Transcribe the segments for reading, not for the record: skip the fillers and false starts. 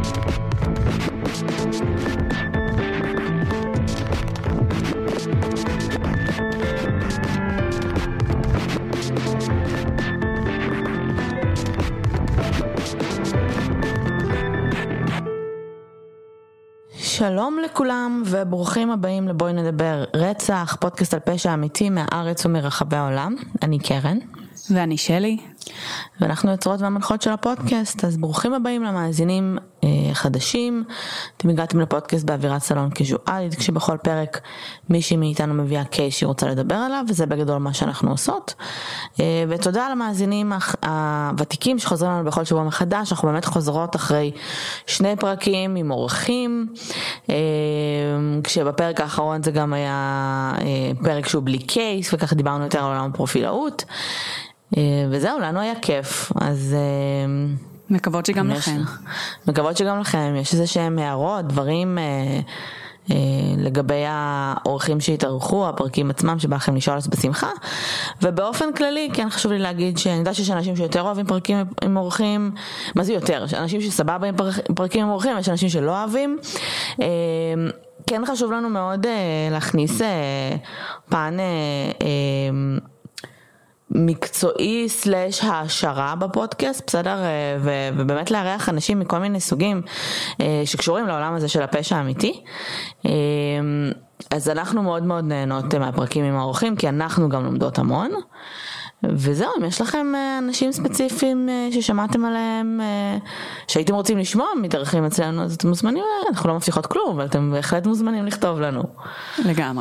שלום לכולם וברוכים הבאים לבואי נדבר רצח, פודקאסט על פשע אמיתי מהארץ ומרחבי העולם. אני קרן. ואני שלי. ואנחנו יוצרות והמנחות של הפודקאסט, אז ברוכים הבאים למאזינים חדשים. אתם הגעתם לפודקאסט באווירת סלון קזואלית, כשבכל פרק מישהי מאיתנו מביאה קייס שהיא רוצה לדבר עליו, וזה בגדול מה שאנחנו עושות. ותודה למאזינים הוותיקים שחוזרים לנו בכל שבוע מחדש. אנחנו באמת חוזרות אחרי 2 פרקים עם אורחים, כשבפרק האחרון זה גם היה פרק שהוא בלי קייס, וככה דיברנו יותר על עולם הפרופילאות. וזהו, לנו היה כיף, אז מקוות שגם לכם. מקוות שגם לכם. יש איזה שהם הערות, דברים לגבי האורחים שהתארחו, הפרקים עצמם שבא לכם לשאול אז בשמחה. ובאופן כללי, כן חשוב לי להגיד שאני יודעת שיש אנשים שיותר אוהבים פרקים עם אורחים. מה זה יותר? אנשים שסבבה עם פרקים עם אורחים, יש אנשים שלא אוהבים. כן חשוב לנו מאוד להכניס פן מקצועי סלש העשרה בפודקאסט, בסדר? ובאמת לארח אנשים מכל מיני סוגים שקשורים לעולם הזה של הפשע האמיתי. אז אנחנו מאוד מאוד נהנות מהפרקים עם האורחים, כי אנחנו גם לומדות המון. וזהו, אם יש לכם אנשים ספציפיים ששמעתם עליהם, שהייתם רוצים לשמוע מתארחים אצלנו, אז אתם מוזמנים, אנחנו לא מבטיחות כלום, אבל אתם בהחלט מוזמנים לכתוב לנו. לגמרי.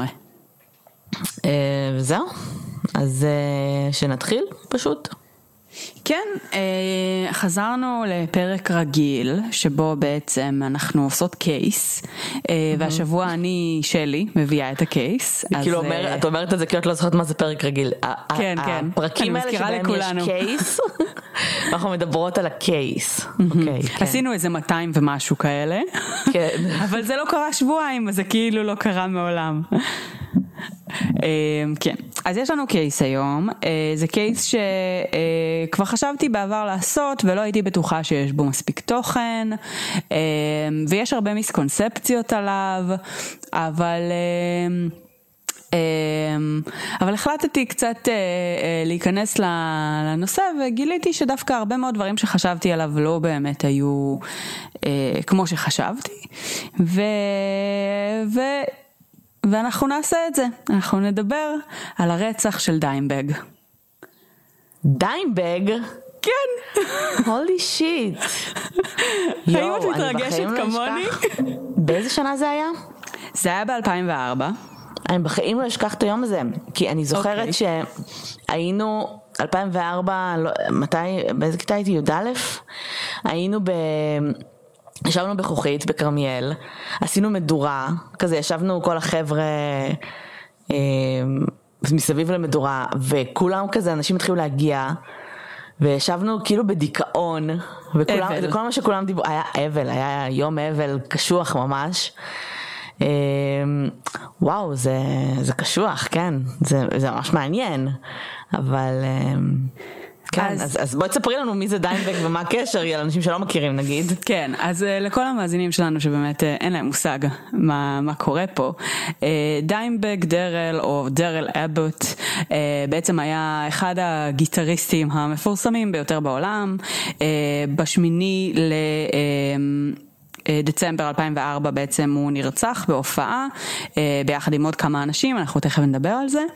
וזהו. אז שנתחיל פשוט. כן, חזרנו לפרק רגיל שבו בעצם אנחנו עושות קייס, והשבוע אני שלי מביאה את הקייס. כאילו את אומרת את זה כאילו את לא זוכרת מה זה פרק רגיל. כן, כן. הפרקים האלה שבהם יש קייס, אנחנו מדברות על הקייס. עשינו איזה 200 ומשהו כאלה, אבל זה לא קרה שבועיים, אז זה כאילו לא קרה מעולם. כן, אז יש לנו קייס היום. זה קייס שכבר חשבתי בעבר לעשות ולא הייתי בטוחה שיש בו מספיק תוכן, ויש הרבה מיסקונספציות עליו, אבל החלטתי קצת להיכנס לנושא, וגיליתי שדווקא הרבה מאוד דברים שחשבתי עליו לא באמת היו כמו שחשבתי, ואנחנו נעשה את זה. אנחנו נדבר על הרצח של דיימבג. דיימבג? כן. הולי שיט. האם את מתרגשת כמוני? באיזה שנה זה היה? זה היה ב-2004. אני בחיים לא אשכח את היום הזה, כי אני זוכרת שהיינו 2004, מתי, באיזה כיתה הייתי? י"א? היינו ישבנו בחוכית בקרמיאל, עשינו מדורה, כזה ישבנו כל החבר'ה מסביב למדורה, וכולם כזה, אנשים התחילו להגיע, וישבנו כאילו בדיכאון, זה כל מה שכולם דיברו, היה אבל, היה יום אבל קשוח ממש. וואו, זה קשוח, כן, זה ממש מעניין, אבל כן, אז בואי תספרי לנו מי זה דיימבג ומה הקשר על אנשים שלא מכירים נגיד. כן, אז לכל המאזינים שלנו שבאמת אין להם מושג מה קורה פה, דיימבג דרל או דרל אבוט בעצם היה אחד הגיטריסטים המפורסמים ביותר בעולם. בשמיני דצמבר 2004 בעצם הוא נרצח בהופעה ביחד עם עוד כמה אנשים, אנחנו תכף נדבר על זה.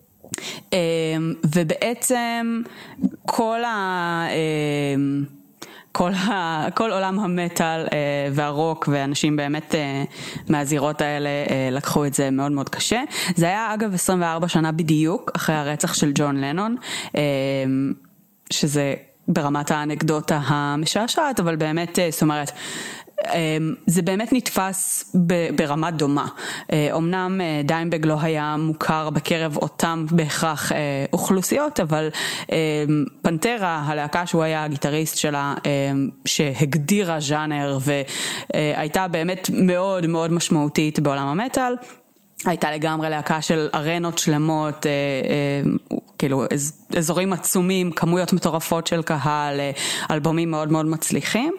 ובעצם כל עולם המטל והרוק ואנשים באמת מהזירות האלה לקחו את זה מאוד מאוד קשה. זה היה אגב 24 שנה בדיוק אחרי הרצח של ג'ון לנון, שזה ברמת האנקדוטה המשעשעת, אבל באמת, זאת אומרת, זה באמת נתפס ברמה דומה. אמנם דיימבג לא היה מוכר בקרב אותם בהכרח אוכלוסיות, אבל פנטרה, הלהקה שהוא היה הגיטריסט שלה, שהגדירה ז'אנר והייתה באמת מאוד מאוד משמעותית בעולם המטל, הייתה לגמרי להקה של ארנות שלמות, כאילו אזורים עצומים, כמויות מטורפות של קהל, אלבומים מאוד מאוד מצליחים,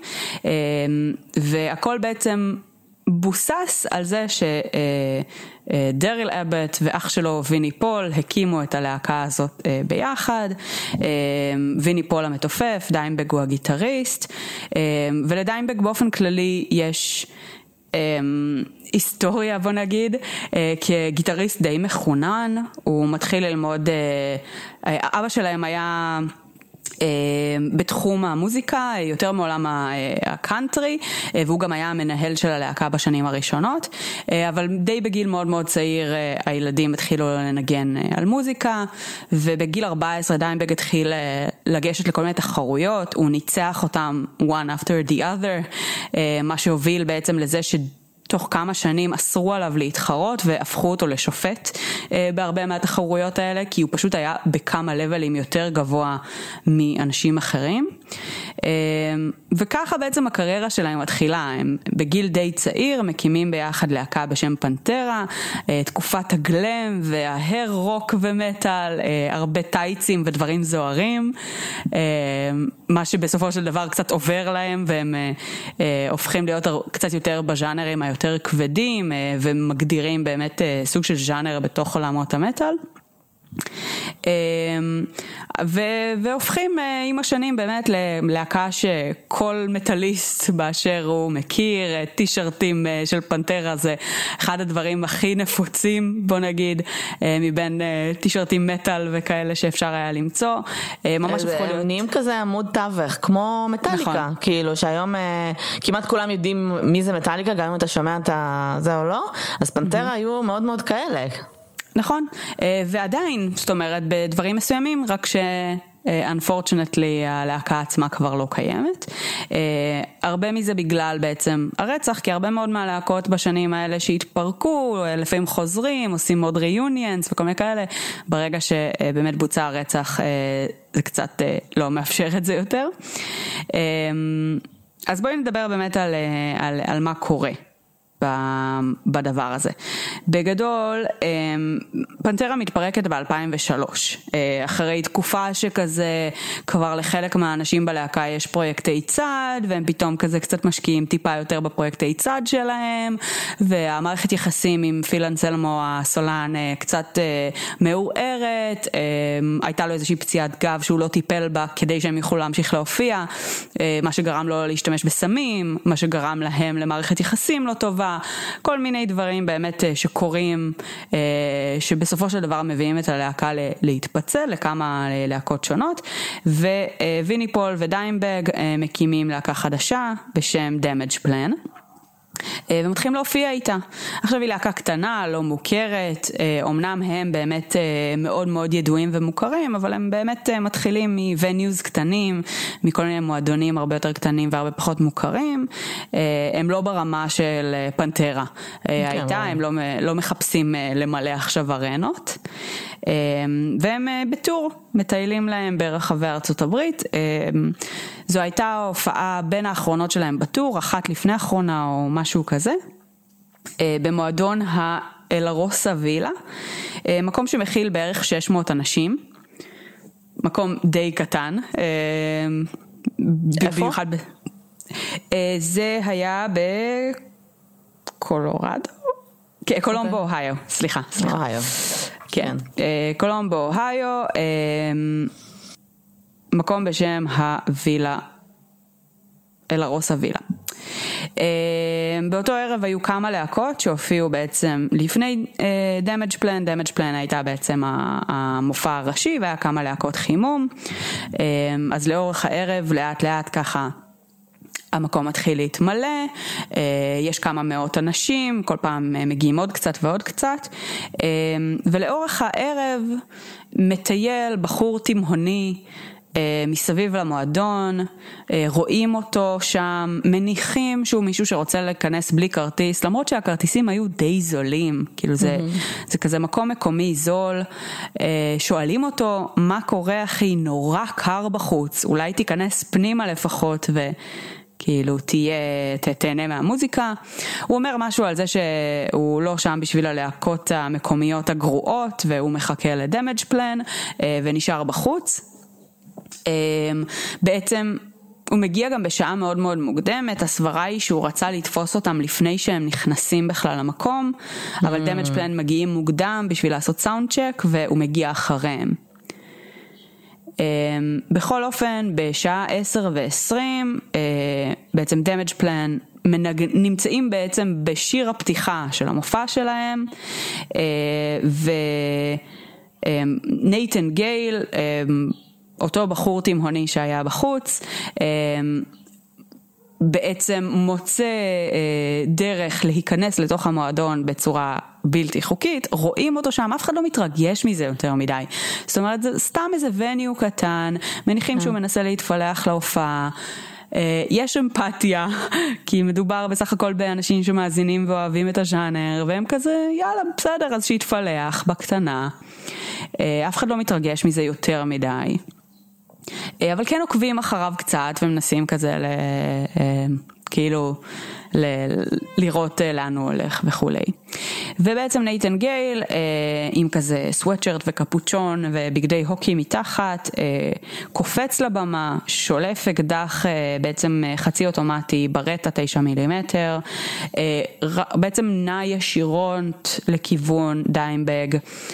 והכל בעצם בוסס על זה שדריל אבט ואח שלו ויני פול הקימו את הלהקה הזאת ביחד. ויני פול המתופף, דיימבג הוא הגיטריסט, ולדיימבג באופן כללי יש היסטוריה, בוא נגיד, כגיטריסט די מחונן. הוא מתחיל ללמוד, אבא שלהם היה בתחום המוזיקה, יותר מעולם הקאנטרי, והוא גם היה המנהל של הלהקה בשנים הראשונות, אבל די בגיל מאוד מאוד צעיר הילדים התחילו לנגן על מוזיקה, ובגיל 14 דיימבג התחיל לגשת לכל מיני תחרויות, הוא ניצח אותם one after the other, מה שהוביל בעצם לזה תוך כמה שנים אסרו עליו להתחרות והפכו אותו לשופט בהרבה מהתחרויות האלה, כי הוא פשוט היה בכמה לבלים יותר גבוה מאנשים אחרים. וככה בעצם הקריירה שלהם מתחילה. הם בגיל די צעיר מקימים ביחד להקה בשם פנטרה, תקופת הגלם וההר רוק ומטל, הרבה טייצים ודברים זוהרים, מה שבסופו של דבר קצת עובר להם, והם הופכים להיות קצת יותר בז'אנרים היותר כבדים, ומגדירים באמת סוג של ז'אנר בתוך עולמות המטל. והופכים עם השנים באמת ללהקה שכל מטליסט באשר הוא מכיר. טישרטים של פנטרה זה אחד הדברים הכי נפוצים, בוא נגיד, מבין טישרטים מטל וכאלה שאפשר היה למצוא. ממש הפכו להיות נהיים כזה עמוד תווך כמו מטליקה, כאילו שהיום כמעט כולם יודעים מי זה מטליקה, גם אם אתה שומע את זה או לא, אז פנטרה היו מאוד מאוד כאלה. נכון, ועדיין, זאת אומרת, בדברים מסוימים, רק unfortunately הלהקה עצמה כבר לא קיימת. הרבה מזה בגלל בעצם הרצח, כי הרבה מאוד מהלהקות בשנים האלה שהתפרקו, לפעמים חוזרים, עושים עוד reunions וכל מיני כאלה, ברגע שבאמת בוצע הרצח, זה קצת לא מאפשר את זה יותר. אז בואי נדבר באמת על מה קורה בדבר הזה. בגדול, פנטרה מתפרקת ב-2003, אחרי תקופה שכזה כבר לחלק מהאנשים בלהקה יש פרויקטי צד, והם פתאום כזה קצת משקיעים טיפה יותר בפרויקטי צד שלהם, והמערכת יחסים עם פיל אנסלמו הסולן קצת מעורערת, הייתה לו איזושהי פציעת גב שהוא לא טיפל בה כדי שהם יוכלו להמשיך להופיע, מה שגרם לו להשתמש בסמים, מה שגרם להם למערכת יחסים לא טובה, כל מיני דברים באמת שקורים, שבסופו של דבר מביאים את הלהקה להתפצל לכמה להקות שונות, וויני פול ודיימבג מקימים להקה חדשה בשם Damage Plan, ומתחילים להופיע איתה. עכשיו היא להקה קטנה, לא מוכרת, אמנם הם באמת מאוד מאוד ידועים ומוכרים, אבל הם באמת מתחילים מווניוז קטנים, מכל מיני מועדונים הרבה יותר קטנים והרבה פחות מוכרים. הם לא ברמה של פנטרה הייתה, הם לא מחפשים למלא עכשיו ארנות. והם בטור מטיילים להם ברחבי ארצות הברית. זו הייתה הופעה בין האחרונות שלהם בטור, אחת לפני האחרונה או משהו כזה, במועדון האלרוסה וילה, מקום שמכיל בערך 600 אנשים, מקום די קטן. איפה? זה היה בקולורדו? קולומבו, אוהיו, סליחה. אוהיו. כן. קולומבו, אוהיו, מקום בשם הווילה, אלרוסה וילה. באותו ערב היו כמה להקות שהופיעו בעצם לפני Damage Plan. Damage Plan הייתה בעצם המופע הראשי, והיה כמה להקות חימום. אז לאורך הערב לאט לאט ככה המקום מתחיל להתמלא, יש כמה מאות אנשים, כל פעם מגיעים עוד קצת ועוד קצת, ולאורך הערב מטייל בחור תימהוני מסביב למועדון, רואים אותו שם, מניחים שהוא מישהו שרוצה להיכנס בלי כרטיס, למרות שהכרטיסים היו די זולים, כאילו זה כזה מקום מקומי זול. שואלים אותו, מה קורה אחי, נורא קר בחוץ, אולי תיכנס פנימה לפחות, כאילו תהנה מהמוזיקה. הוא אומר משהו על זה שהוא לא שם בשביל הלהקות המקומיות הגרועות, והוא מחכה לדמג' פלן ונשאר בחוץ. בעצם הוא מגיע גם בשעה מאוד מאוד מוקדמת, הסברה היא שהוא רצה לתפוס אותם לפני שהם נכנסים בכלל למקום, אבל דמג' פלן מגיעים מוקדם בשביל לעשות סאונד צ'ק, והוא מגיע אחריהם. בכל אופן, בשעה 10:20, בעצם דמג' פלן נמצאים בעצם בשיר הפתיחה של המופע שלהם, ונייתן גייל, אותו בחור תימהוני שהיה בחוץ, בעצם מוצא דרך להיכנס לתוך המועדון בצורה בלתי חוקית, רואים אותו שם, אף אחד לא מתרגש מזה יותר מדי. זאת אומרת, זה סתם איזה וניו קטן, מניחים שהוא מנסה להתפלח להופעה, יש אמפתיה, כי מדובר בסך הכל באנשים שמאזינים ואוהבים את הז'אנר, והם כזה, יאללה, בסדר, אז שיתפלח בקטנה. אף אחד לא מתרגש מזה יותר מדי. אבל כן עוקבים אחריו קצת ומנסים כזה כאילו לראות לאן הוא הולך וכולי. ובעצם נייתן גייל עם כזה סוואטשרט וקפוצ'ון ובגדי הוקי מתחת, קופץ לבמה, שולף אקדח בעצם חצי אוטומטי ברטה 9 מילימטר, בעצם נע ישירות לכיוון דיימבג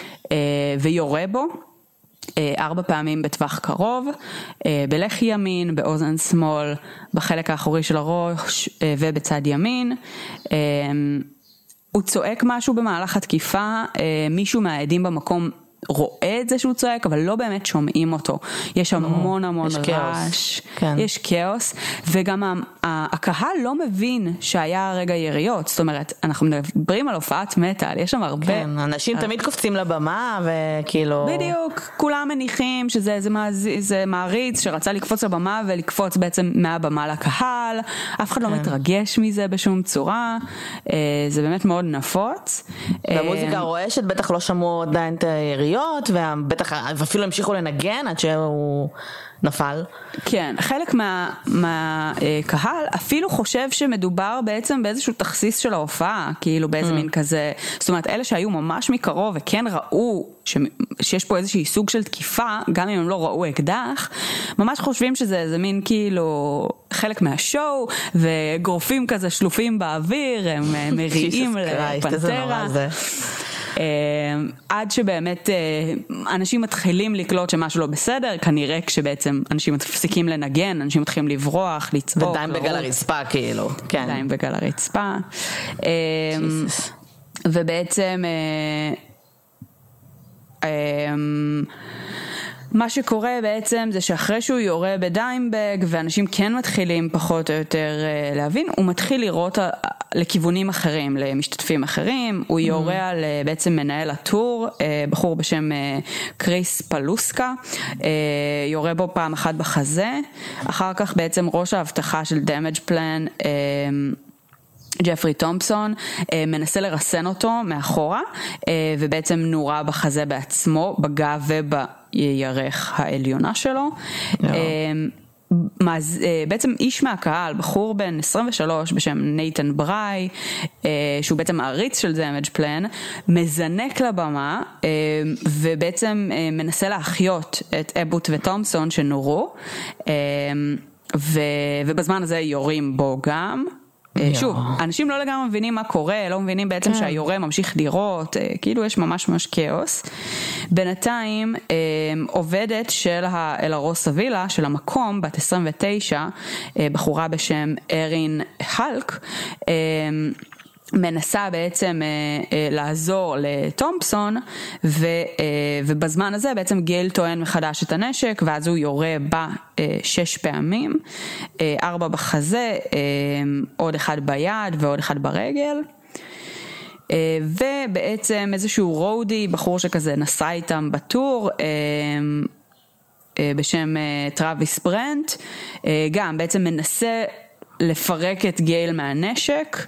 ויורה בו 4 פעמים בטווח קרוב, בלחי ימין, באוזן שמאל, בחלק האחורי של הראש ובצד ימין. הוא צועק משהו במהלך התקיפה, מישהו מהעדים במקום רואה את זה שהוא צועק, אבל לא באמת שומעים אותו. יש המון רעש, יש כאוס, וגם הקהל לא מבין שהיה רגע יריות, זאת אומרת, אנחנו מדברים על הופעת מטל, יש שם הרבה... כן, אנשים תמיד קופצים לבמה, וכאילו... בדיוק, כולם מניחים שזה מעריץ שרצה לקפוץ לבמה, ולקפוץ בעצם מהבמה לקהל, אף אחד לא מתרגש מזה בשום צורה, זה באמת מאוד נפוץ. והמוזיקה רועשת, בטח לא שמעו עדיין את היריות, ובטח אפילו המשיכו לנגן עד שהוא נפל. כן, חלק מהקהל אפילו חושב שמדובר בעצם באיזשהו תכסיס של ההופעה, כאילו באיזה מין כזה, זאת אומרת, אלה שהיו ממש מקרוב וכן ראו שיש פה איזושהי סוג של תקיפה, גם אם הם לא ראו אקדח, ממש חושבים שזה איזה מין כאילו חלק מהשואו, וגרופים כזה שלופים באוויר, הם מריעים לפנטרה. עד שבאמת אנשים מתחילים לקלוט שמשהו לא בסדר, כנראה כשבעצם אנשים מפסיקים לנגן, אנשים מתחילים לברוח, לצעוק. ודיים בגל הרצפה כאילו. דיים בגל הרצפה. ובעצם מה שקורה בעצם זה שאחרי שהוא יורה בדיימבג ואנשים כן מתחילים פחות או יותר להבין, הוא מתחיל לראות לכיוונים אחרים, למשתתפים אחרים, הוא יורה על בעצם מנהל הטור, בחור בשם קריס פלוסקה, יורה בו פעם אחת בחזה, אחר כך בעצם ראש ההבטחה של דמג' פלן, ג'פרי תומפסון, מנסה לרסן אותו מאחורה, ובעצם נורה בחזה בעצמו, בגב ובירך העליונה שלו. בעצם איש מהקהל, בחור בן 23 בשם נייתן בראי, שהוא בעצם העריץ של דמג' פלן, מזנק לבמה ובעצם מנסה להחיות את אבוט ותומפסון שנורו, ובזמן הזה יורים בו גם. שוב, אנשים לא לגמרי מבינים מה קורה, לא מבינים בעצם שהיורה ממשיך לירות, כאילו יש ממש כאוס. בינתיים עובדת של האלרוס הווילה, של המקום, בת 29, בחורה בשם ארין הלק, מנסה בעצם לעזור לתומפסון, ובזמן הזה בעצם גייל טוען מחדש את הנשק, ואז הוא יורה בה 6 פעמים, 4 בחזה, עוד 1 ביד ועוד 1 ברגל, ובעצם איזשהו רודי, בחור שכזה נסע איתם בטור, בשם טראביס ברנט, גם בעצם מנסה לפרק את גייל מהנשק,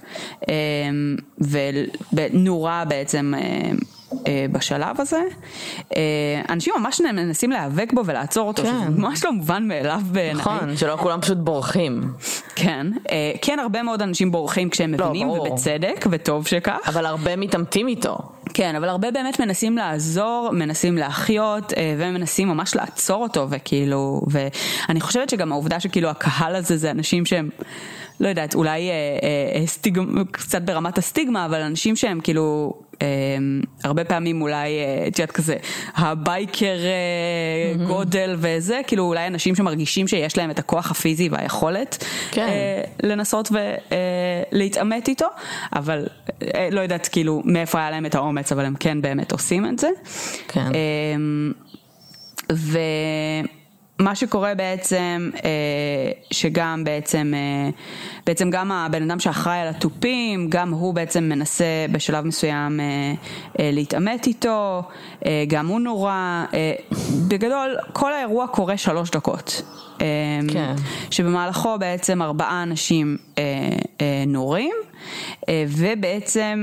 ונורה בעצם בשלב הזה. אנשים ממש מנסים להיאבק בו ולעצור אותו, שזה ממש לא מובן מאליו בעיניי. נכון, שלא כולם פשוט בורחים. כן, כן, הרבה מאוד אנשים בורחים כשהם מבינים, ובצדק, וטוב שכך. אבל הרבה מתאמתים איתו. כן, אבל הרבה באמת מנסים לעזור, מנסים להחיות, ומנסים ממש לעצור אותו, וכאילו, ואני חושבת שגם העובדה שכאילו הקהל הזה זה אנשים שהם, לא יודעת, אולי קצת ברמת הסטיגמה, אבל אנשים שהם כאילו, הרבה פעמים אולי, תיאת כזה, הבייקר גודל וזה, כאילו אולי אנשים שמרגישים שיש להם את הכוח הפיזי והיכולת לנסות ולהתאמת איתו, אבל לא יודעת כאילו מאיפה היה להם את האומץ, אבל הם כן באמת עושים את זה. כן. מה שקורה בעצם, שגם בעצם גם הבן אדם שאחראי על הטופים, גם הוא בעצם מנסה בשלב מסוים להתאמת איתו, גם הוא נורא, בגדול כל האירוע קורה 3 דקות, כן. שבמהלכו בעצם 4 אנשים נורים, ובעצם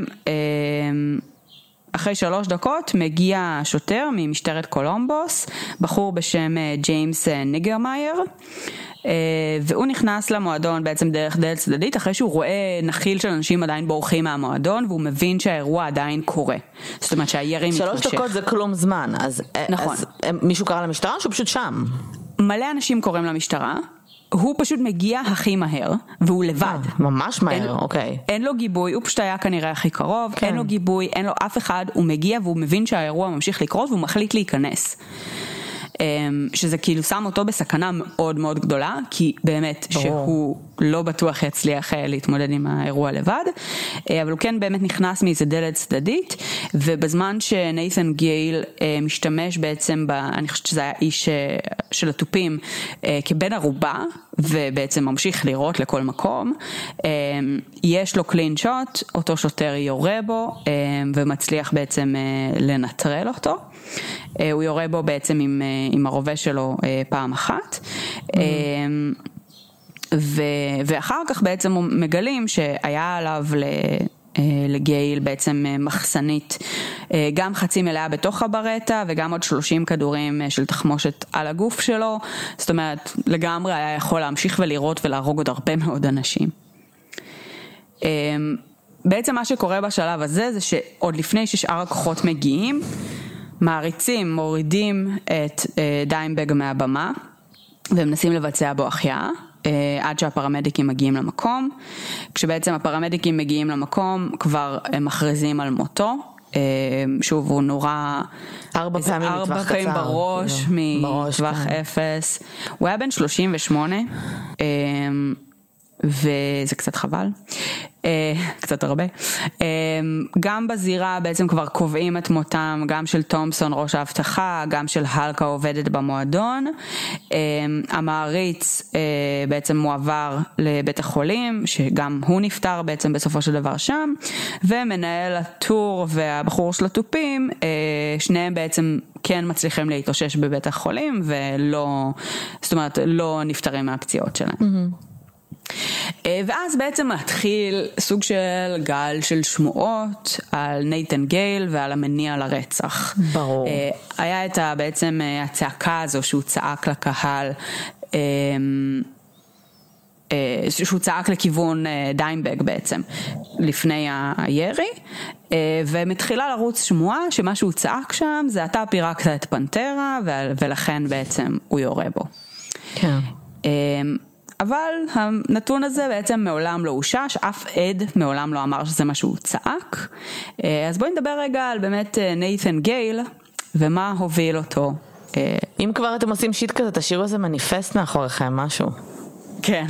אחרי 3 דקות מגיע שוטר ממשטרת קולומבוס, בחור בשם ג'יימס ניגרמייר, והוא נכנס למועדון בעצם דרך דלת צדדית, אחרי שהוא רואה נחיל של אנשים עדיין בורחים מהמועדון, והוא מבין שהאירוע עדיין קורה. זאת אומרת שהירי מתמשך. 3 דקות זה כלום זמן, אז, נכון. אז מישהו קרא למשטרה שהוא פשוט שם? מלא אנשים קוראים למשטרה, הוא פשוט מגיע הכי מהר, והוא לבד. ממש מהר, אוקיי. אין לו גיבוי, הוא פשוט היה כנראה הכי קרוב, כן. אין לו גיבוי, אין לו אף אחד, הוא מגיע והוא מבין שהאירוע ממשיך לקרות, והוא מחליט להיכנס. שזה כאילו שם אותו בסכנה מאוד מאוד גדולה, כי באמת שהוא לא בטוח יצליח להתמודד עם האירוע לבד, אבל הוא כן באמת נכנס מאיזה דלת צדדית, ובזמן שנייתן גייל משתמש בעצם, אני חושבת שזה היה איש של הטופים, כבן ערובה, ובעצם ממשיך לראות לכל מקום, יש לו קלין שוט, אותו שוטר יורה בו, ומצליח בעצם לנטרל אותו. הוא יורה בו בעצם עם הרובה שלו פעם אחת, ואחר כך בעצם מגלים שהיה עליו לגייל בעצם מחסנית, גם חצי מלאה בתוך הברטה, וגם עוד 30 כדורים של תחמושת על הגוף שלו, זאת אומרת לגמרי היה יכול להמשיך ולירות ולהרוג עוד הרבה מאוד אנשים. בעצם מה שקורה בשלב הזה זה שעוד לפני ששאר הכוחות מגיעים, מעריצים מורידים את דיימבג מהבמה ומנסים לבצע בו החייאה עד שהפרמדיקים מגיעים למקום. כשבעצם הפרמדיקים מגיעים למקום כבר הם מכריזים על מותו, שוב הוא נורא 4 פעמים מטווח קצר, בראש מטווח 0. הוא היה בן 38 וזה קצת חבל, קצת הרבה. גם בזירה בעצם כבר קובעים את מותם, גם של תומפסון ראש ההבטחה, גם של הלקה עובדת במועדון. המעריץ בעצם מועבר לבית החולים, שגם הוא נפטר בעצם בסופו של דבר שם, ומנהל הטור והבחור של הטופים, שניהם בעצם כן מצליחים להתאושש בבית החולים, ולא, זאת אומרת, לא נפטרים מהפציעות שלהם. ואז בעצם מתחיל סוג של גל של שמועות על נייתן גייל ועל המניע לרצח. ברור. היה את בעצם הצעקה הזו שהוא צעק לקהל, שהוא צעק לכיוון דיימבג בעצם לפני הירי, ומתחילה לרוץ שמועה שמה שהוא צעק שם זה אתה פירקת את פנטרה, ולכן בעצם הוא יורה בו. כן. אבל הנתון הזה בעצם מעולם לא הושש, אף עד מעולם לא אמר שזה מה שהוא צעק. אז בואי נדבר רגע על באמת נייתן גייל ומה הוביל אותו. אם כבר אתם עושים שיט כזה, תשאירו איזה מניפסט מאחוריכם, משהו. כן.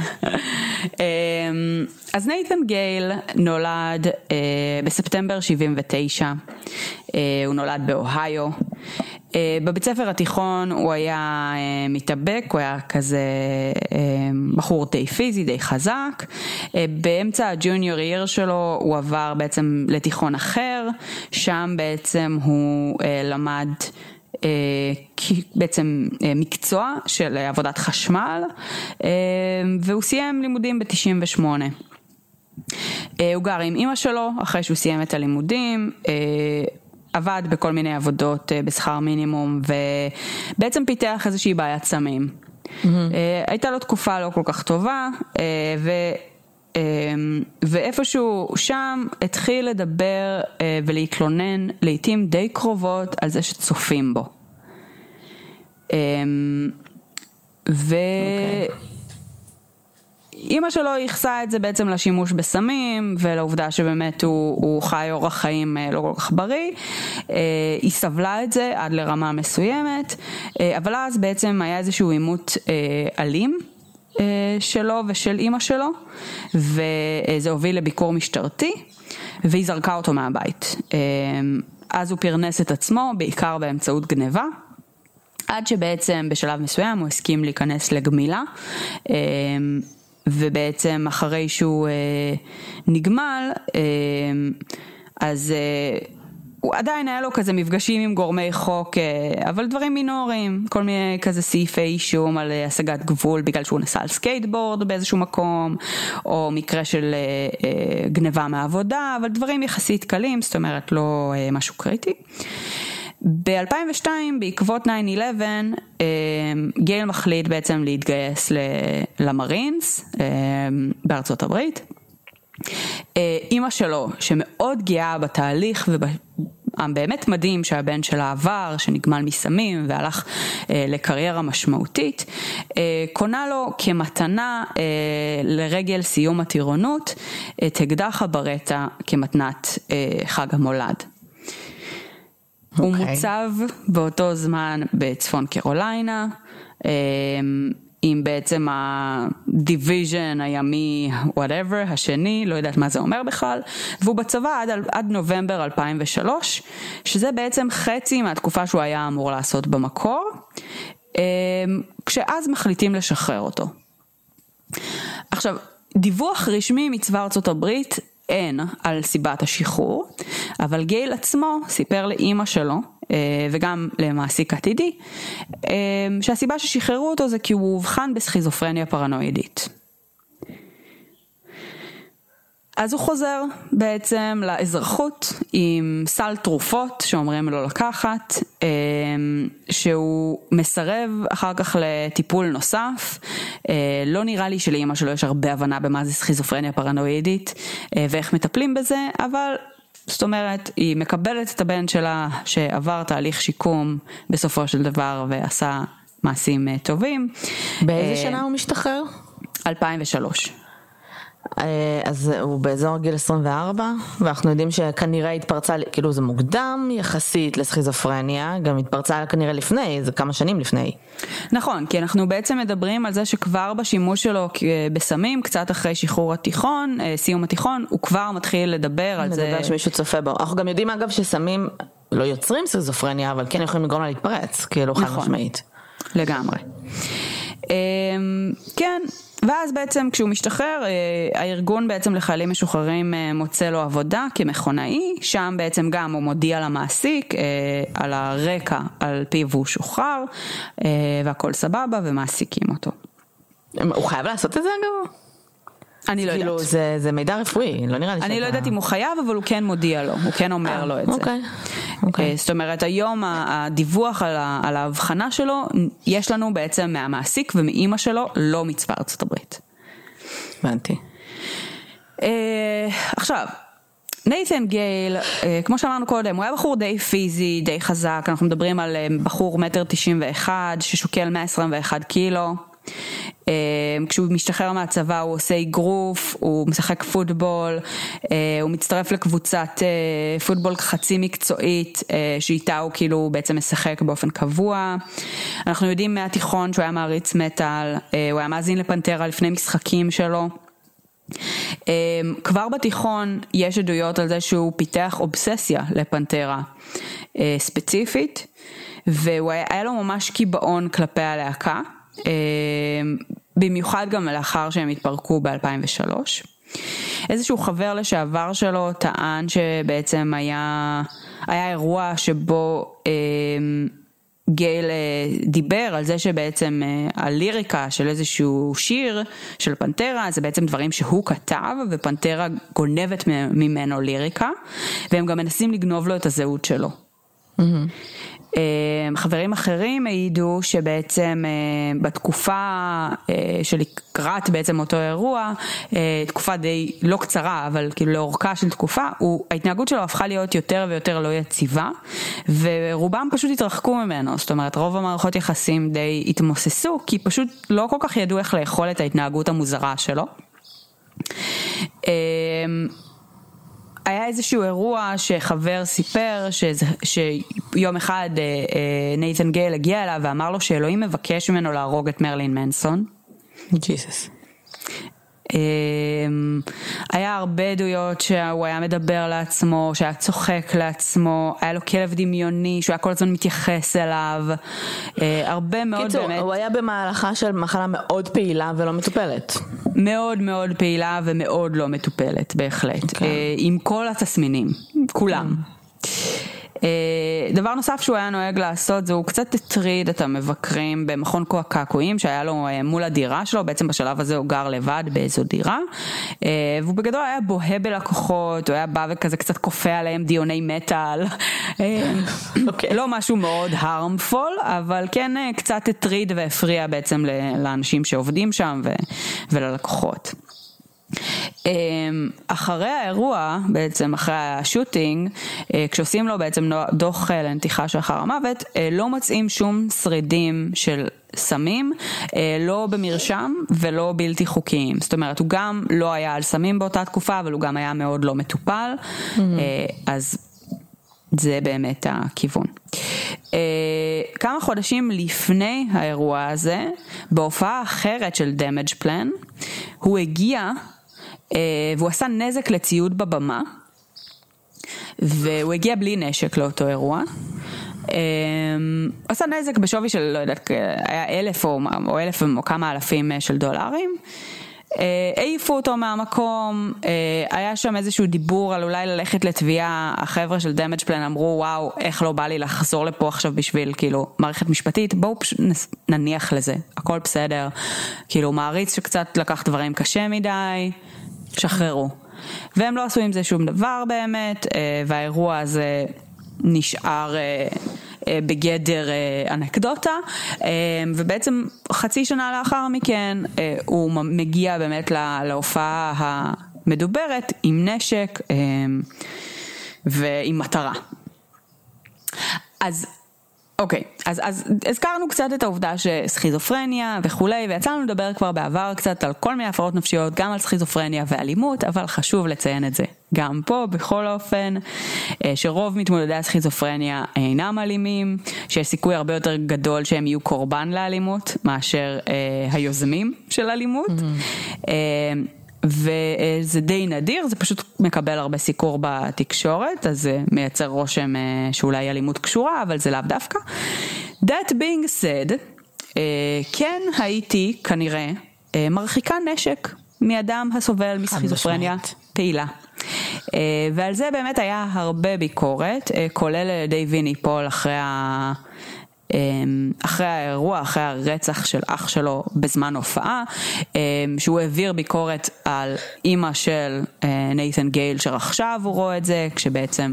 אז נייתן גייל נולד בספטמבר 79, הוא נולד באוהיו. בבית ספר התיכון הוא היה מתאבק, הוא היה כזה בחור די פיזי, די חזק. באמצע הג'וניור ייר שלו הוא עבר בעצם לתיכון אחר, שם בעצם הוא למד בעצם מקצוע של עבודת חשמל, והוא סיים לימודים ב-98. הוא גר עם אמא שלו אחרי שהוא סיים את הלימודים, עבד בכל מיני עבודות בשכר מינימום, ובעצם פיתח איזושהי בעיית סמים. הייתה לו תקופה לא כל כך טובה, ואיפשהו שם התחיל לדבר ולהתלונן לעתים די קרובות על זה שצופים בו. אמא שלו יחסה את זה בעצם לשימוש בסמים, ולעובדה שבאמת הוא חי אורח חיים לא כל כך בריא. היא סבלה את זה עד לרמה מסוימת, אבל אז בעצם היה איזשהו עימות אלים שלו ושל אמא שלו, וזה הוביל לביקור משטרתי, והיא זרקה אותו מהבית. אז הוא פרנס את עצמו, בעיקר באמצעות גניבה, עד שבעצם בשלב מסוים הוא הסכים להיכנס לגמילה, ובעצם אחרי שהוא נגמל, אז הוא עדיין היה לו כזה מפגשים עם גורמי חוק, אבל דברים מינוריים, כל מיני כזה סעיפי אישום על השגת גבול בגלל שהוא נסע על סקייטבורד באיזשהו מקום, או מקרה של גניבה מהעבודה, אבל דברים יחסית קלים, זאת אומרת לא משהו קריטי. ב-2002, בעקבות 9/11, גייל מחליט בעצם להתגייס למרינס בארצות הברית. אמא שלו, שמאוד גאה בתהליך ובאמת מדהים שהבן שלה עבר, שנגמל מסמים והלך לקריירה משמעותית, קונה לו כמתנה לרגל סיום הטירונות את אקדח הברטה כמתנת חג המולד. הוא מוצב באותו זמן בצפון קרוליינה, עם בעצם הדיוויז'ן הימי, whatever, השני, לא יודעת מה זה אומר בכלל, והוא בצבא עד נובמבר 2003, שזה בעצם חצי מהתקופה שהוא היה אמור לעשות במקור, כשאז מחליטים לשחרר אותו. עכשיו, דיווח רשמי מצבא ארצות הברית, אין על סיבת השחרור, אבל גייל עצמו סיפר לאמא שלו, וגם למעסיק עתידי, שהסיבה ששחררו אותו זה כי הוא הובחן בסכיזופרניה פרנואידית. אז הוא חוזר בעצם לאזרחות עם סל תרופות שאומרים לו לקחת, שהוא מסרב אחר כך לטיפול נוסף. לא נראה לי שלאמא שלו יש הרבה הבנה במה זה סכיזופרניה פרנואידית ואיך מטפלים בזה, אבל זאת אומרת היא מקבלת את הבן שלה שעבר תהליך שיקום בסופו של דבר ועשה מעשים טובים. באיזה שנה הוא משתחרר? 2003. אז הוא באזור גיל 24, ואנחנו יודעים שכנראה התפרצה, כאילו זה מוקדם יחסית לסכיזופרניה, גם התפרצה כנראה לפני, זה כמה שנים לפני. נכון, כי אנחנו בעצם מדברים על זה שכבר בשימוש שלו בסמים, קצת אחרי שחרור התיכון, סיום התיכון, הוא כבר מתחיל לדבר על זה. מדבר שמישהו צופה בו. אנחנו גם יודעים אגב שסמים לא יוצרים סכיזופרניה, אבל כן יכולים לגרום לה להתפרץ, כאילו חד משמעית. לגמרי. כן. ואז בעצם כשהוא משתחרר, הארגון בעצם לחיילים משוחררים מוצא לו עבודה כמכונאי, שם בעצם גם הוא מודיע למעסיק על הרקע על פיו הוא שוחרר, והכל סבבה ומעסיקים אותו. הוא חייב לעשות את זה אגב? אני לא יודעת. זה מידע רפואי, לא נראה לי. אני לא יודעת אם הוא חייב, אבל הוא כן מודיע לו, הוא כן אומר לו את זה. אוקיי. זאת אומרת, היום הדיווח על ההבחנה שלו, יש לנו בעצם מהמעסיק ומאמא שלו, לא מצבא ארצות הברית. הבנתי. עכשיו, נייתן גייל, כמו שאמרנו קודם, הוא היה בחור די פיזי, די חזק, אנחנו מדברים על בחור 1.91 מטר, ששוקל 121 קילו, כשהוא משתחרר מהצבא הוא עושה אגרוף, הוא משחק פוטבול, הוא מצטרף לקבוצת פוטבול חצי מקצועית שאיתה הוא כאילו בעצם משחק באופן קבוע. אנחנו יודעים מהתיכון שהוא היה מעריץ מטל, הוא היה מאזין לפנטרה לפני משחקים שלו. כבר בתיכון יש עדויות על זה שהוא פיתח אובססיה לפנטרה ספציפית, והוא היה לו ממש קיבעון כלפי הלהקה, במיוחד גם לאחר שהם התפרקו ב-2003. איזשהו חבר לשעבר שלו טען שבעצם היה אירוע שבו גייל דיבר על זה שבעצם הליריקה של איזשהו שיר של פנטרה זה בעצם דברים שהוא כתב, ופנטרה גונבת ממנו ליריקה, והם גם מנסים לגנוב לו את הזהות שלו. חברים אחרים העידו שבעצם בתקופה שלקראת בעצם אותו אירוע, תקופה די לא קצרה אבל כאילו לאורכה של תקופה, ההתנהגות שלו הפכה להיות יותר ויותר לא יציבה, ורובם פשוט התרחקו ממנו. זאת אומרת רוב המערכות יחסים די התמוססו, כי פשוט לא כל כך ידעו איך לאכול את ההתנהגות המוזרה שלו. היה איזשהו אירוע שחבר סיפר שיום אחד נייתן גייל הגיע אליו ואמר לו שאלוהים מבקש ממנו להרוג את מרלין מנסון. ג'יסוס. היה הרבה עדויות שהוא היה מדבר לעצמו, שהיה צוחק לעצמו, היה לו כלב דמיוני שהוא היה כל הזמן מתייחס אליו, הרבה מאוד קיצור, באמת. הוא היה במהלכה של מחלה מאוד פעילה ולא מטופלת. מאוד מאוד פעילה ומאוד לא מטופלת, בהחלט. עם כל התסמינים, כולם. דבר נוסף שהוא היה נוהג לעשות, זה הוא קצת הטריד את המבקרים במכון קעקועים שהיה לו מול הדירה שלו, בעצם בשלב הזה הוא גר לבד באיזו דירה, והוא בגדול היה בוהה בלקוחות, הוא היה בא וכזה קצת קופא עליהם דיוני מטל, לא משהו מאוד harmful, אבל כן קצת הטריד והפריע בעצם לאנשים שעובדים שם וללקוחות. אחרי האירוע, בעצם אחרי השוטינג, כשעושים לו בעצם דוח לנתיחה של אחר המוות, לא מוצאים שום שרידים של סמים, לא במרשם ולא בלתי חוקיים. זאת אומרת, הוא גם לא היה על סמים באותה תקופה, אבל הוא גם היה מאוד לא מטופל, אז זה באמת הכיוון. כמה חודשים לפני האירוע הזה, בהופעה אחרת של Damage Plan, הוא הגיע והוא עשה נזק לציוד בבמה, והוא הגיע בלי נשק לאותו אירוע. עשה נזק בשווי של, לא יודעת, היה 1,000 או 1,000 או כמה אלפים של דולרים. העיפו אותו מהמקום, היה שם איזשהו דיבור על אולי ללכת לתביעה, החבר'ה של Damage Plan אמרו וואו, איך לא בא לי לחזור לפה עכשיו בשביל כאילו מערכת משפטית, בואו פשוט נניח לזה, הכל בסדר, כאילו מעריץ שקצת לקח דברים קשה מדי, שחררו. והם לא עשו עם זה שום דבר באמת, והאירוע הזה נשאר בגדר אנקדוטה, ובעצם חצי שנה לאחר מכן הוא מגיע באמת להופעה המדוברת עם נשק ועם מטרה. אז אוקיי, אז הזכרנו קצת את העובדה שסכיזופרניה וכולי, ויצאנו לדבר כבר בעבר קצת על כל מיני הפרעות נפשיות, גם על סכיזופרניה ואלימות, אבל חשוב לציין את זה גם פה בכל אופן, שרוב מתמודדי הסכיזופרניה אינם אלימים, שיש סיכוי הרבה יותר גדול שהם יהיו קורבן לאלימות מאשר היוזמים של אלימות, וזה די נדיר, זה פשוט מקבל הרבה סיקור בתקשורת, אז זה מייצר רושם שאולי אלימות קשורה, אבל זה לאו דווקא. That being said, כן הייתי כנראה מרחיקה נשק מאדם הסובל מסכיזופרניה פעילה. ועל זה באמת היה הרבה ביקורת, כולל על ידי ויני פול אחרי האירוע, אחרי הרצח של אח שלו בזמן הופעה, שהוא העביר ביקורת על אמא של נייתן גייל שרחשב, הוא רואה את זה, כשבעצם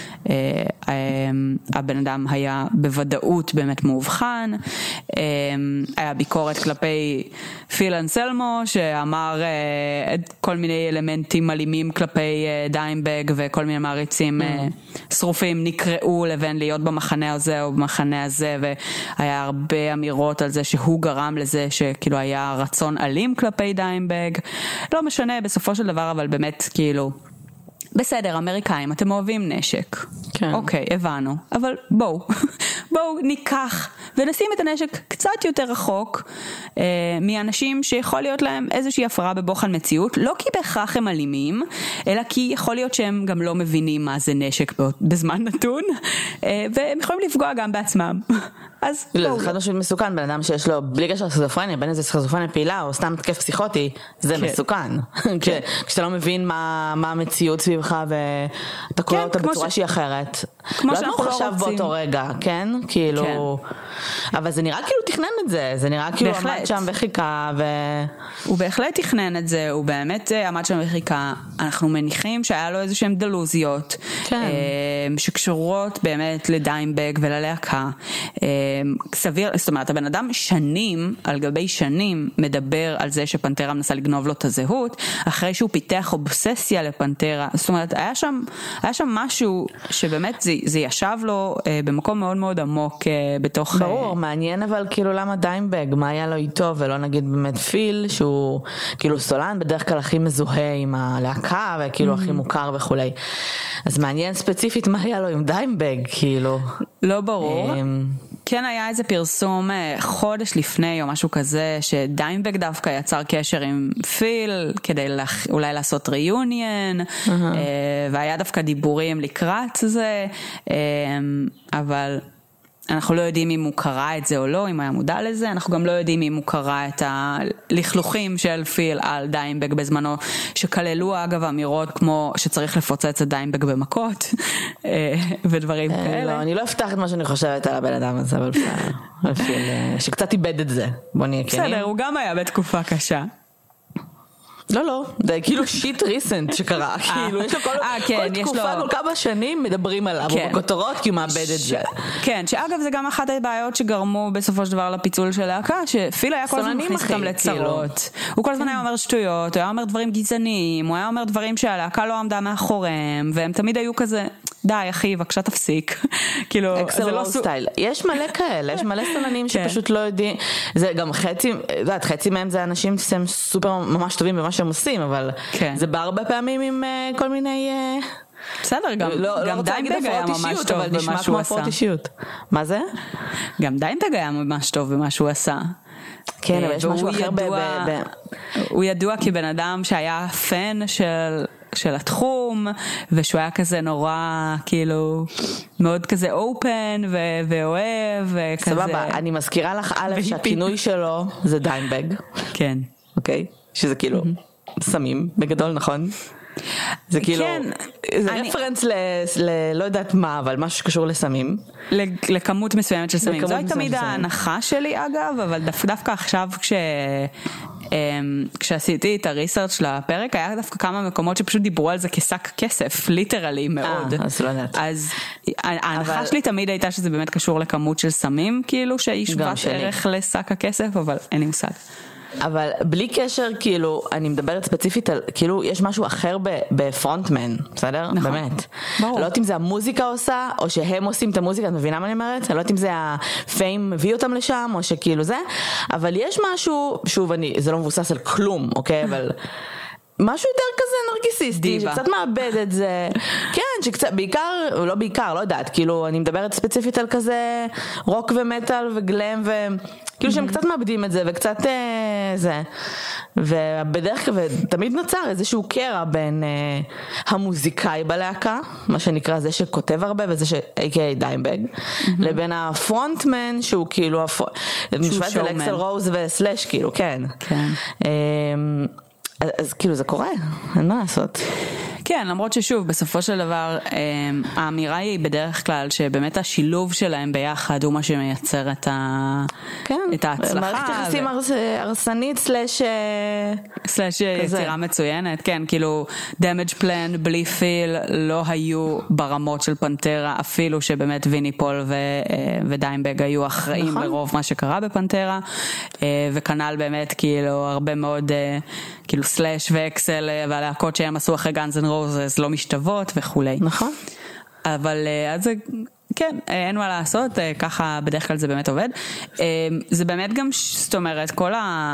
הבן אדם היה בוודאות באמת מאובחן. היה ביקורת כלפי פיל אנסלמו שאמר כל מיני אלמנטים אלימים כלפי דיימבג, וכל מיני מעריצים שרופים נקראו לבין להיות במחנה הזה או במחנה הזה, והיה הרבה אמירות על זה שהוא גרם לזה שכאילו היה רצון אלים כלפי דיימבג. לא משנה בסופו של דבר, אבל באמת כאילו בסדר, אמריקאים, אתם אוהבים נשק. כן. אוקיי, הבנו. אבל בואו ניקח ונשים את הנשק קצת יותר רחוק מאנשים שיכול להיות להם איזושהי הפרעה בבוחן מציאות, לא כי בהכרח הם אלימים, אלא כי יכול להיות שהם גם לא מבינים מה זה נשק בזמן נתון, והם יכולים לפגוע גם בעצמם. אז לא, זה חד משמעית מסוכן, בן אדם שיש לו בלי קשר לסכיזופרניה, בין אם זה סכיזופרניה פעילה או סתם תקף פסיכוטי, זה מסוכן. כשאתה לא מבין מה המציאות סביבך ואתה קורא אותה בצורה שהיא אחרת. כמו שאנחנו לא חשב באותו רגע, כן? כאילו, אבל זה נראה כאילו תכנן את זה, זה נראה כאילו עמד שם וחיכה הוא בהחלט תכנן את זה, הוא באמת עמד שם וחיכה, אנחנו מניחים שהיה לו איזה שהם דלוזיות, שקשורות באמת לדיימבג וללהקה, סביר, זאת אומרת, הבן אדם שנים, על גבי שנים, מדבר על זה שפנטרה מנסה לגנוב לו את הזהות, אחרי שהוא פיתח אובססיה לפנטרה, זאת אומרת, היה שם משהו שבאמת זה ישב לו במקום מאוד מאוד עמוק בתוך... ברור, מעניין אבל כאילו למה דיימבג, מה היה לו איתו, ולא נגיד באמת פיל, שהוא כאילו סולן בדרך כלל הכי מזוהה עם הלהקה, וכאילו הכי מוכר וכולי. אז מעניין ספציפית מה היה לו עם דיימבג, כאילו. לא ברור. כן היה איזה פרסום חודש לפני או משהו כזה, שדיימבג דווקא יצר קשר עם פיל, כדי אולי לעשות ריוניון, והיה דווקא דיבורים לקראת זה, אבל... אנחנו לא יודעים אם הוא קרא את זה או לא, אם היה מודע לזה, אנחנו גם לא יודעים אם הוא קרא את הלכלוכים של פיל על דיימבג בזמנו, שכללו אגב אמירות כמו שצריך לפוצץ את דיימבג במכות, ודברים כאלה. לא, אני לא אפתח את מה שאני חושבת על הבן אדם הזה, אבל פיל, שקצת איבד את זה, בוא נהיה כנים. בסדר, הוא גם היה בתקופה קשה. לא, זה כאילו שיט ריסנט שקרה, כאילו יש לו כל תקופה, כל כמה שנים מדברים עליו, בכותרות כי הוא מאבד את זה. כן, שאגב זה גם אחת הבעיות שגרמו בסופו של דבר לפיצול של להקה, שפיל היה כל הזמן מכניס אותם לצרות. הוא כל הזמן היה אומר שטויות, הוא היה אומר דברים גזעניים, הוא היה אומר דברים שהלהקה לא עמדה מאחוריהם, והם תמיד היו כזה... די אחי, בבקשה תפסיק. כאילו, זה לא סטייל. יש מלא כאלה, יש מלא סולנים שפשוט לא יודעים, זה גם חצי מהם זה אנשים שהם סופר ממש טובים במה שהם עושים, אבל זה בא הרבה פעמים עם כל מיני... בסדר, גם דיימבג היה ממש טוב במה שהוא עשה. מה זה? גם דיימבג היה ממש טוב במה שהוא עשה. כן, אבל יש משהו אחר הוא ידוע כבן אדם שהיה פן של התחום, ושהוא היה כזה נורא, כאילו, מאוד כזה אופן, ואוהב, וכזה... סבבה, אני מזכירה לך א' שהכינוי שלו זה דיימבג. כן. אוקיי? שזה כאילו סמים, בגדול, נכון? זה כאילו, זה רפרנס לא יודעת מה, אבל משהו שקשור לסמים. לכמות מסוימת של סמים. זו הייתה תמיד ההנחה שלי אגב, אבל דווקא עכשיו כשעשיתי את הריסרצ' לפרק, היה דווקא כמה מקומות שפשוט דיברו על זה כשק כסף, ליטרלי מאוד. אז לא יודעת. אז ההנחה שלי תמיד הייתה שזה באמת קשור לכמות של סמים, כאילו שהיא שוות ערך לשק הכסף, אבל אין לי מושג. אבל בלי קשר, כאילו, אני מדברת ספציפית על, כאילו, יש משהו אחר בפרונטמן, בסדר? נכון. באמת. ברור. לא יודעת אם זה המוזיקה עושה, או שהם עושים את המוזיקה, את מבינה מה אני אומרת? אני לא יודעת אם זה הפיים מביא אותם לשם, או שכאילו זה, אבל יש משהו, שוב, זה לא מבוסס על כלום, אוקיי? אבל... משהו יותר כזה נרגיסיסטי, שקצת מאבד את זה, כן, שקצת, בעיקר, או לא בעיקר, לא יודעת, כאילו, אני מדברת ספציפית על כזה רוק ומטל וגלם, וכאילו שהם קצת מאבדים את זה, וקצת זה, ובדרך כלל, תמיד נוצר איזשהו קרע בין המוזיקאי בלהקה, מה שנקרא זה שכותב הרבה, וזה ש-A.K.A. דיימבג, לבין הפרונטמן, שהוא כאילו, משווה את זה לאקסל רוז וסלש, כאילו, כן. כן. אז כאילו זה קורה, אין מה לעשות. כן, למרות ששוב, בסופו של דבר, האמירה היא בדרך כלל שבאמת השילוב שלהם ביחד הוא מה שמייצר את ההצלחה. מערכת יחסים הרסנית סלש יצירה מצוינת, כן, כאילו Damage Plan בלי פיל לא היו ברמות של פנטרה, אפילו שבאמת ויני פול ודיימבג היו אחראים לרוב מה שקרה בפנטרה, וכנ"ל באמת כאילו הרבה מאוד כאילו סלש ואקסל והלהקות שהם עשו אחרי גאנז אנד רוזס לא משתוות וכולי. נכון. אבל אז זה, כן, אין מה לעשות, ככה בדרך כלל זה באמת עובד. זה באמת גם, זאת אומרת, כל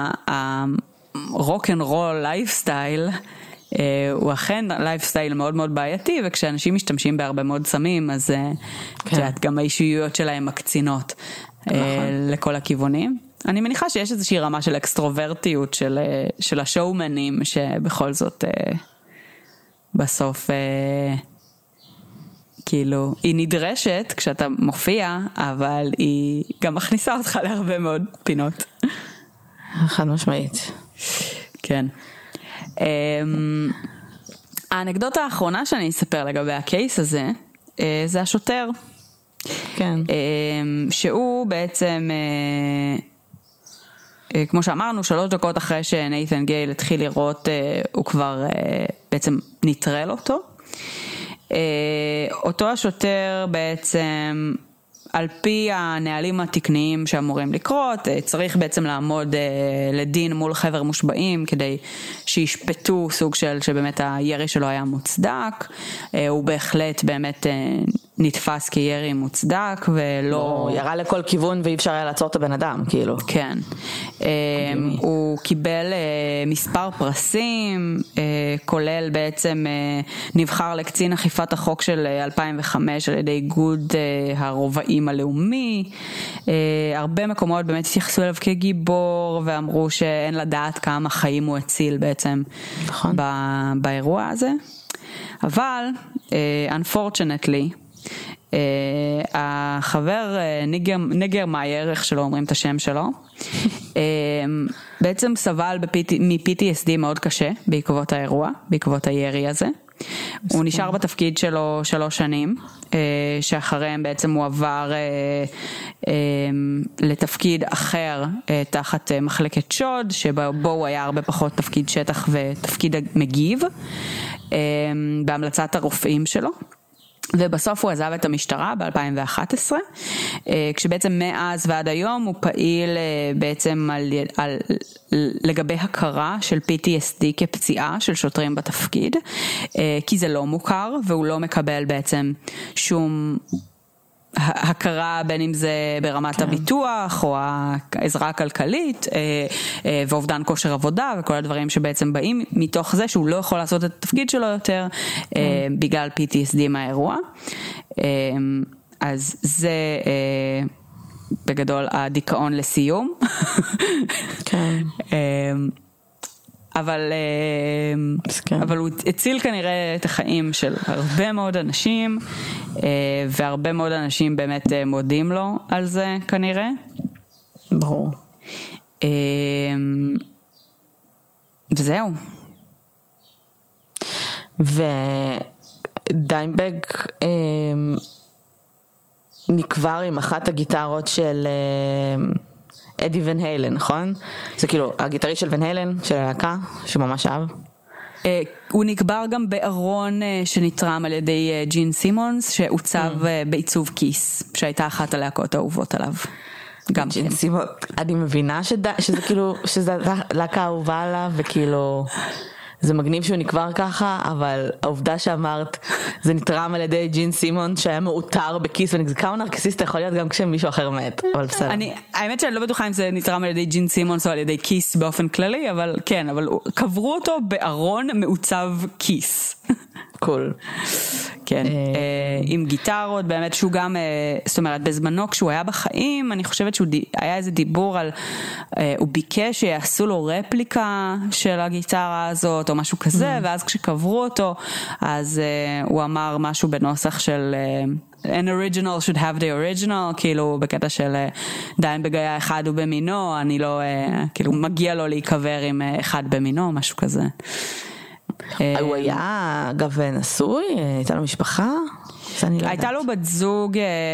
הרוק אנד רול לייפסטייל, הוא אכן לייפסטייל מאוד מאוד בעייתי, וכשאנשים משתמשים בהרבה מאוד סמים, אז גם האישיויות שלהם מקצינות לכל הכיוונים. אני מניחה שיש איזושהי רמה של אקסטרוברטיות של השואומנים, שבכל זאת בסוף כאילו, היא נדרשת כשאתה מופיע, אבל היא גם מכניסה אותך להרבה מאוד פינות. חד משמעית. כן. האנקדוטה האחרונה שאני אספר לגבי הקייס הזה, זה השוטר. כן. שהוא בעצם, כמו שאמרנו, 3 דקות אחרי שנייתן גייל התחיל לראות, הוא כבר בעצם נטרל אותו. אותו השוטר בעצם, על פי הנהלים התקניים שאמורים לקרות, צריך בעצם לעמוד לדין מול חבר מושבעים, כדי שישפטו סוג שבאמת הירי שלו היה מוצדק. הוא בהחלט באמת נתפס כירי מוצדק, ולא... ירה לכל כיוון ואי אפשר היה לעצור את הבן אדם, כאילו. כן. הוא קיבל מספר פרסים, כולל בעצם נבחר לקצין אכיפת החוק של 2005 על ידי איגוד הרובעים הלאומי. הרבה מקומות באמת התייחסו אליו כגיבור, ואמרו שאין לדעת כמה חיים הוא הציל בעצם באירוע הזה. אבל, unfortunately, החבר ניגר מאייר, איך שלא אומרים את השם שלו, בעצם סבל מ-PTSD מאוד קשה בעקבות האירוע, בעקבות הירי הזה. הוא נשאר בתפקיד שלו 3 שנים, שאחריהם בעצם הוא עבר לתפקיד אחר תחת מחלקת שוד, שבו הוא היה הרבה פחות תפקיד שטח ותפקיד מגיב, בהמלצת הרופאים שלו. ובסוף הוא עזב את המשטרה ב-2011, כשבעצם מאז ועד היום הוא פעיל בעצם לגבי הכרה של PTSD כפציעה של שוטרים בתפקיד, כי זה לא מוכר והוא לא מקבל בעצם שום הכרה, בין אם זה ברמת הביטוח או העזרה הכלכלית ואובדן כושר עבודה וכל הדברים שבעצם באים מתוך זה שהוא לא יכול לעשות את התפקיד שלו יותר בגלל PTSD מהאירוע. אז זה בגדול הדיכאון לסיום. כן. אבל הוא הציל כנראה את החיים של הרבה מאוד אנשים, והרבה מאוד אנשים באמת מודים לו על זה כנראה. ברור. וזהו. ודיימבג נקבר עם אחת הגיטרות של אדי ון הילן, נכון? זה כאילו הגיטריסט של ון הילן, של הלהקה, שממש אהב. הוא נקבר גם בארון שנתרם על ידי ג'ין סימונס, שעוצב בעיצוב כיס, שהייתה אחת הלהקות האהובות עליו. גם ג'ין סימונס, אני מבינה שזה כאילו, שזה להקה אהובה עליו, וכאילו... זה מגניב שהוא נקבר ככה, אבל העובדה שאמרת, זה נתרם על ידי ג'ין סימון שהיה מאותר בכיס, כמה נרקסיסט יכול להיות גם כשמישהו אחר מת, אבל בסדר. האמת שאני לא בטוחה אם זה נתרם על ידי ג'ין סימון או על ידי כיס באופן כללי, אבל כן, אבל קברו אותו בארון מעוצב כיס. קול. כן, עם גיטרות, באמת שהוא גם, זאת אומרת, בזמנו כשהוא היה בחיים, אני חושבת שהוא היה איזה דיבור על, הוא ביקש שיעשו לו רפליקה של הגיטרה הזאת, או משהו כזה, ואז כשקברו אותו, אז הוא אמר משהו בנוסח של... an original should have the original, כאילו בקטע של דיינבג היה אחד ובמינו, אני לא, כאילו מגיע לו להיקבר עם אחד במינו, משהו כזה. הוא היה אגב נשוי, הייתה לו משפחה? הייתה לו בת זוג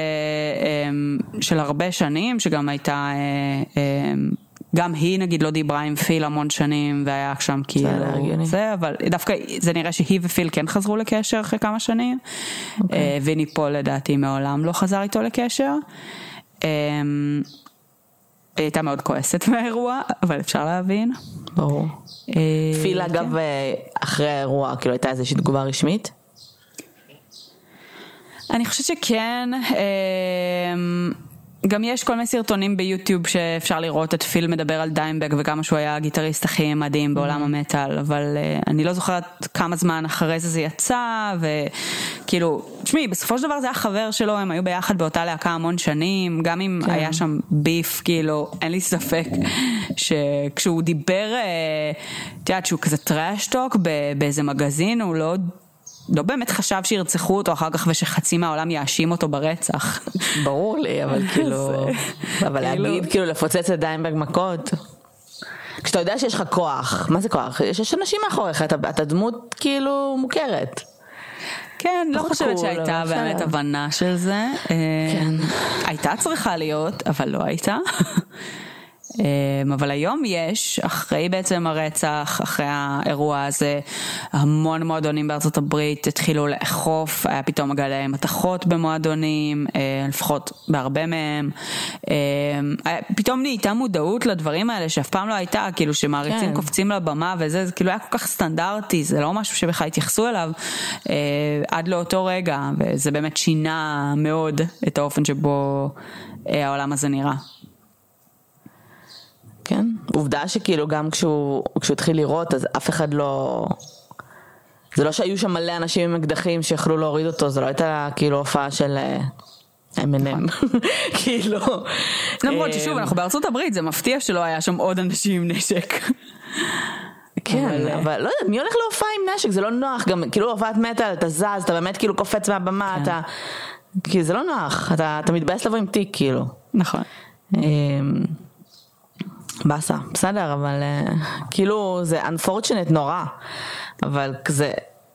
של הרבה שנים, שגם הייתה, גם היא נגיד לא דיברה עם פיל המון שנים, והיה שם כאילו זה, אבל דווקא זה נראה שהיא ופיל כן חזרו לקשר אחרי כמה שנים, וניפול לדעתי מעולם לא חזר איתו לקשר. הייתה מאוד כועסת מהאירוע, אבל אפשר להבין. ברור. פיל אגב אחרי האירוע, כאילו הייתה איזושהי תגובה רשמית? אני חושבת שכן, גם יש כל מיני סרטונים ביוטיוב שאפשר לראות את פיל מדבר על דיימבג וכמה שהוא היה הגיטריסט הכי מדהים בעולם המטל, אבל אני לא זוכרת כמה זמן אחרי זה יצא, וכאילו, תשמעי, בסופו של דבר זה היה חבר שלו, הם היו ביחד באותה להקה המון שנים, גם אם היה שם ביף, כאילו, אין לי ספק שכשהוא דיבר, תיאת שהוא כזה טרשטוק באיזה מגזין, הוא לא לא באמת חשב שירצחו אותו אחר כך ושחצי מהעולם יאשים אותו ברצח. ברור לי, אבל כאילו, אבל להגיד, כאילו לפוצץ את דיינברג מכות, כשאתה יודע שיש לך כוח, מה זה כוח? יש אנשים מאחוריך, אתה דמות כאילו מוכרת. כן, לא חושבת שהייתה באמת הבנה של זה. הייתה צריכה להיות, אבל לא הייתה. אבל היום יש, אחרי בעצם הרצח, אחרי האירוע הזה, המון מועדונים בארצות הברית התחילו לאכוף, היה פתאום מגלה מתחות במועדונים, לפחות בהרבה מהם, פתאום נהייתה מודעות לדברים האלה שאף פעם לא הייתה, כאילו שמעריצים קופצים לבמה וזה, זה כאילו היה כל כך סטנדרטי, זה לא משהו שבכלל התייחסו אליו עד לאותו רגע, וזה באמת שינה מאוד את האופן שבו העולם הזה נראה. כן, עובדה שכאילו גם כשהוא התחיל לראות, אז אף אחד לא, זה לא שהיו שם מלא אנשים עם אקדחים שיכלו להוריד אותו, זה לא הייתה כאילו הופעה של M&M, כאילו. למרות ששוב, אנחנו בארצות הברית, זה מפתיע שלא היה שם עוד אנשים עם נשק. כן, אבל לא יודעת, מי הולך להופעה עם נשק? זה לא נוח, גם כאילו הופעת מטל, אתה זז, אתה באמת כאילו קופץ מהבמה, אתה, כי זה לא נוח, אתה מתבאס לבוא עם תיק כאילו. נכון. בסה, בסדר, אבל כאילו זה unfortunate נורא, אבל כזה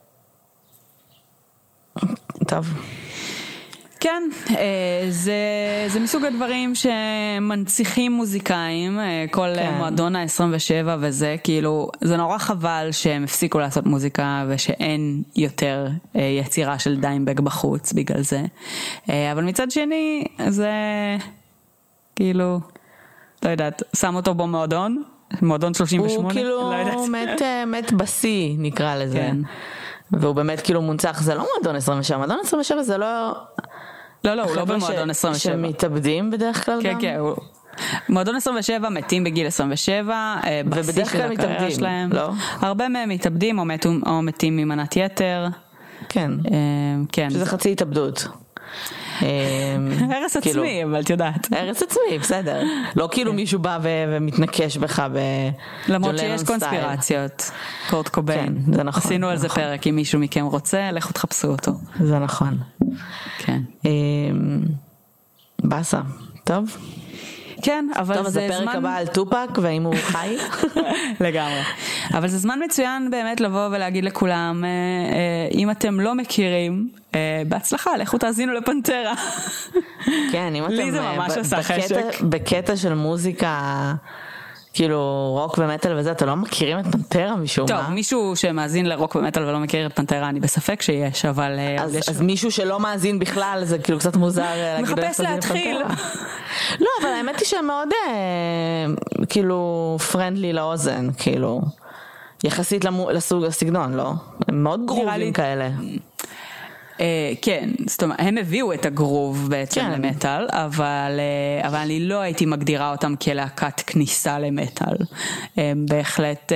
טוב. כן, זה מסוג הדברים שמנציחים מוזיקאים, כל מועדון ה-27 וזה, כאילו, זה נורא חבל שהם הפסיקו לעשות מוזיקה ושאין יותר יצירה של דיינברג בחוץ בגלל זה. אבל מצד שני, זה כאילו, לא יודעת, שם אותו במועדון, מועדון 38, הוא כאילו מת בסי נקרא לזה. כן. והוא באמת כאילו מונצח, זה לא מועדון 27, מועדון 27 זה לא... לא, הוא לא במועדון 27. שמתאבדים בדרך כלל גם? כן, מועדון 27 מתים בגיל 27, ובדרך כלל מתאבדים, לא? הרבה מהם מתאבדים או מתים ממנת יתר. כן, שזה חצי התאבדות. הרס עצמי, אבל את יודעת. הרס עצמי, בסדר. לא כאילו מישהו בא ומתנקש בך למרות שיש קונספירציות. קורט קוביין. זה נכון. עשינו על זה פרק, אם מישהו מכם רוצה, לכו תחפשו אותו. זה נכון. כן. בסה, טוב? כן, אבל טוב, אז הפרק הבא על טופק, והאם הוא חי? לגמרי. אבל זה זמן מצוין באמת לבוא ולהגיד לכולם, אם אתם לא מכירים, בהצלחה, לכו תאזינו לפנטרה. כן, אם לי זה ממש עשה חשק. בקטע של מוזיקה, כאילו רוק ומטל וזה, אתם לא מכירים את פנטרה משום מה? טוב, מישהו שמאזין לרוק ומטל ולא מכיר את פנטרה, אני בספק שיש, אבל... אז מישהו שלא מאזין בכלל, זה כאילו קצת מוזר להגיד... מחפש להתחיל. לא, אבל האמת היא שהם מאוד כאילו פרנדלי לאוזן, כאילו, יחסית לסוג הסגנון, לא? הם מאוד גרובים כאלה. כן, זאת אומרת, הם הביאו את הגרוב בעצם למטל, אבל אני לא הייתי מגדירה אותם כלהקת כניסה למטל. הם בהחלט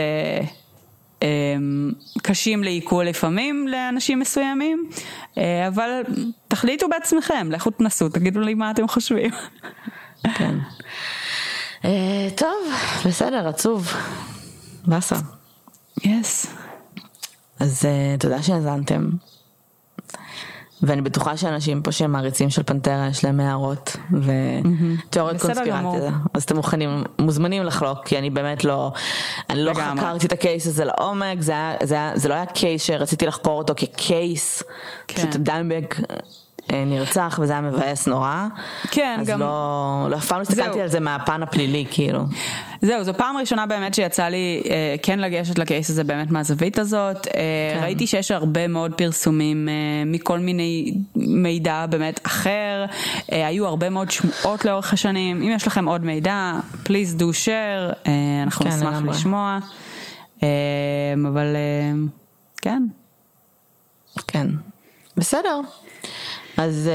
קשים לעיכול לפעמים לאנשים מסוימים, אבל תחליטו בעצמכם, לכו תנסו, תגידו לי מה אתם חושבים. כן. טוב, בסדר, עצוב. בסה. Yes. אז תודה שהזנתם. ואני בטוחה שאנשים פה שהם מעריצים של פנטרה יש להם הערות ותיאוריות קונספירציה, אז אתם מוזמנים לחלוק, כי אני באמת לא חקרתי את הקייס הזה לעומק, זה לא היה קייס שרציתי לחקור אותו כקייס, פשוט דיינברג נרצח וזה היה מבאס נורא, אז לא אף פעם הסתכלתי על זה מהפן הפלילי כאילו. זהו, זו פעם ראשונה באמת שיצא לי כן לגשת לקייס הזה באמת מהזווית הזאת. ראיתי שיש הרבה מאוד פרסומים מכל מיני מידע באמת אחר, היו הרבה מאוד שמועות לאורך השנים. אם יש לכם עוד מידע, please do share, אנחנו נשמח לשמוע. אבל כן. כן, בסדר. אז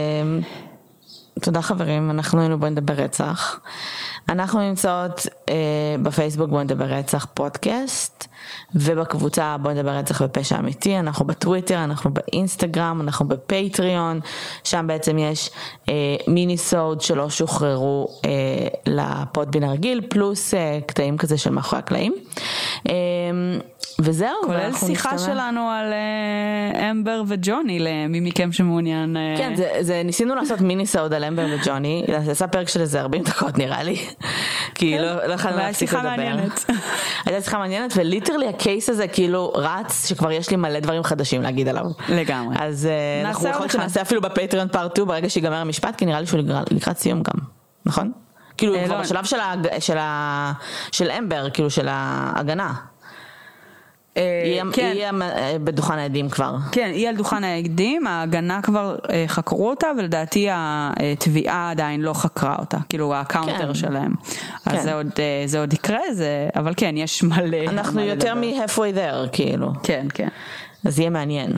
תודה חברים, אנחנו היינו בואי נדבר רצח. אנחנו נמצאות בפייסבוק בואי נדבר רצח פודקאסט, ובקבוצה בוא נדבר רצח ופשע אמיתי, אנחנו בטוויטר, אנחנו באינסטגרם, אנחנו בפטריון, שם בעצם יש מיני סוד שלא שוחררו לפודבין הרגיל, פלוס קטעים כזה של מאחורי הקלעים. וזהו. כולל שיחה שלנו על אמבר וג'וני, למי מכם שמעוניין. כן, זה ניסינו לעשות מיני סוד על אמבר וג'וני, זה פרק של איזה 40 דקות נראה לי, כי לא יכולנו להפסיק לדבר. הייתה שיחה מעניינת, וליטרלי הקייס הזה כאילו רץ, שכבר יש לי מלא דברים חדשים להגיד עליו. לגמרי. אז אנחנו יכול שנעשה אפילו בפטריון פארט 2, ברגע שיגמר המשפט, כי נראה לי שהוא לקראת סיום גם, נכון? כאילו כבר בשלב של אמבר, כאילו של ההגנה. היא בדוכן העדים כבר. כן, היא על דוכן העדים, ההגנה כבר חקרו אותה, ולדעתי התביעה עדיין לא חקרה אותה, כאילו הקאונטר שלהם. אז זה עוד יקרה, אבל כן, יש מלא. אנחנו יותר מ-halfway there, כאילו. כן, כן. אז יהיה מעניין.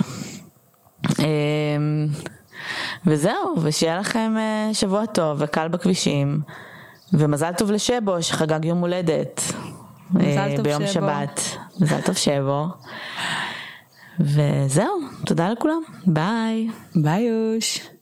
וזהו, ושיהיה לכם שבוע טוב וקל בכבישים, ומזל טוב לשבו שחגג יום הולדת. ביום שבת. מזל טוב שבו. וזהו, תודה לכולם. ביי. ביי יוש.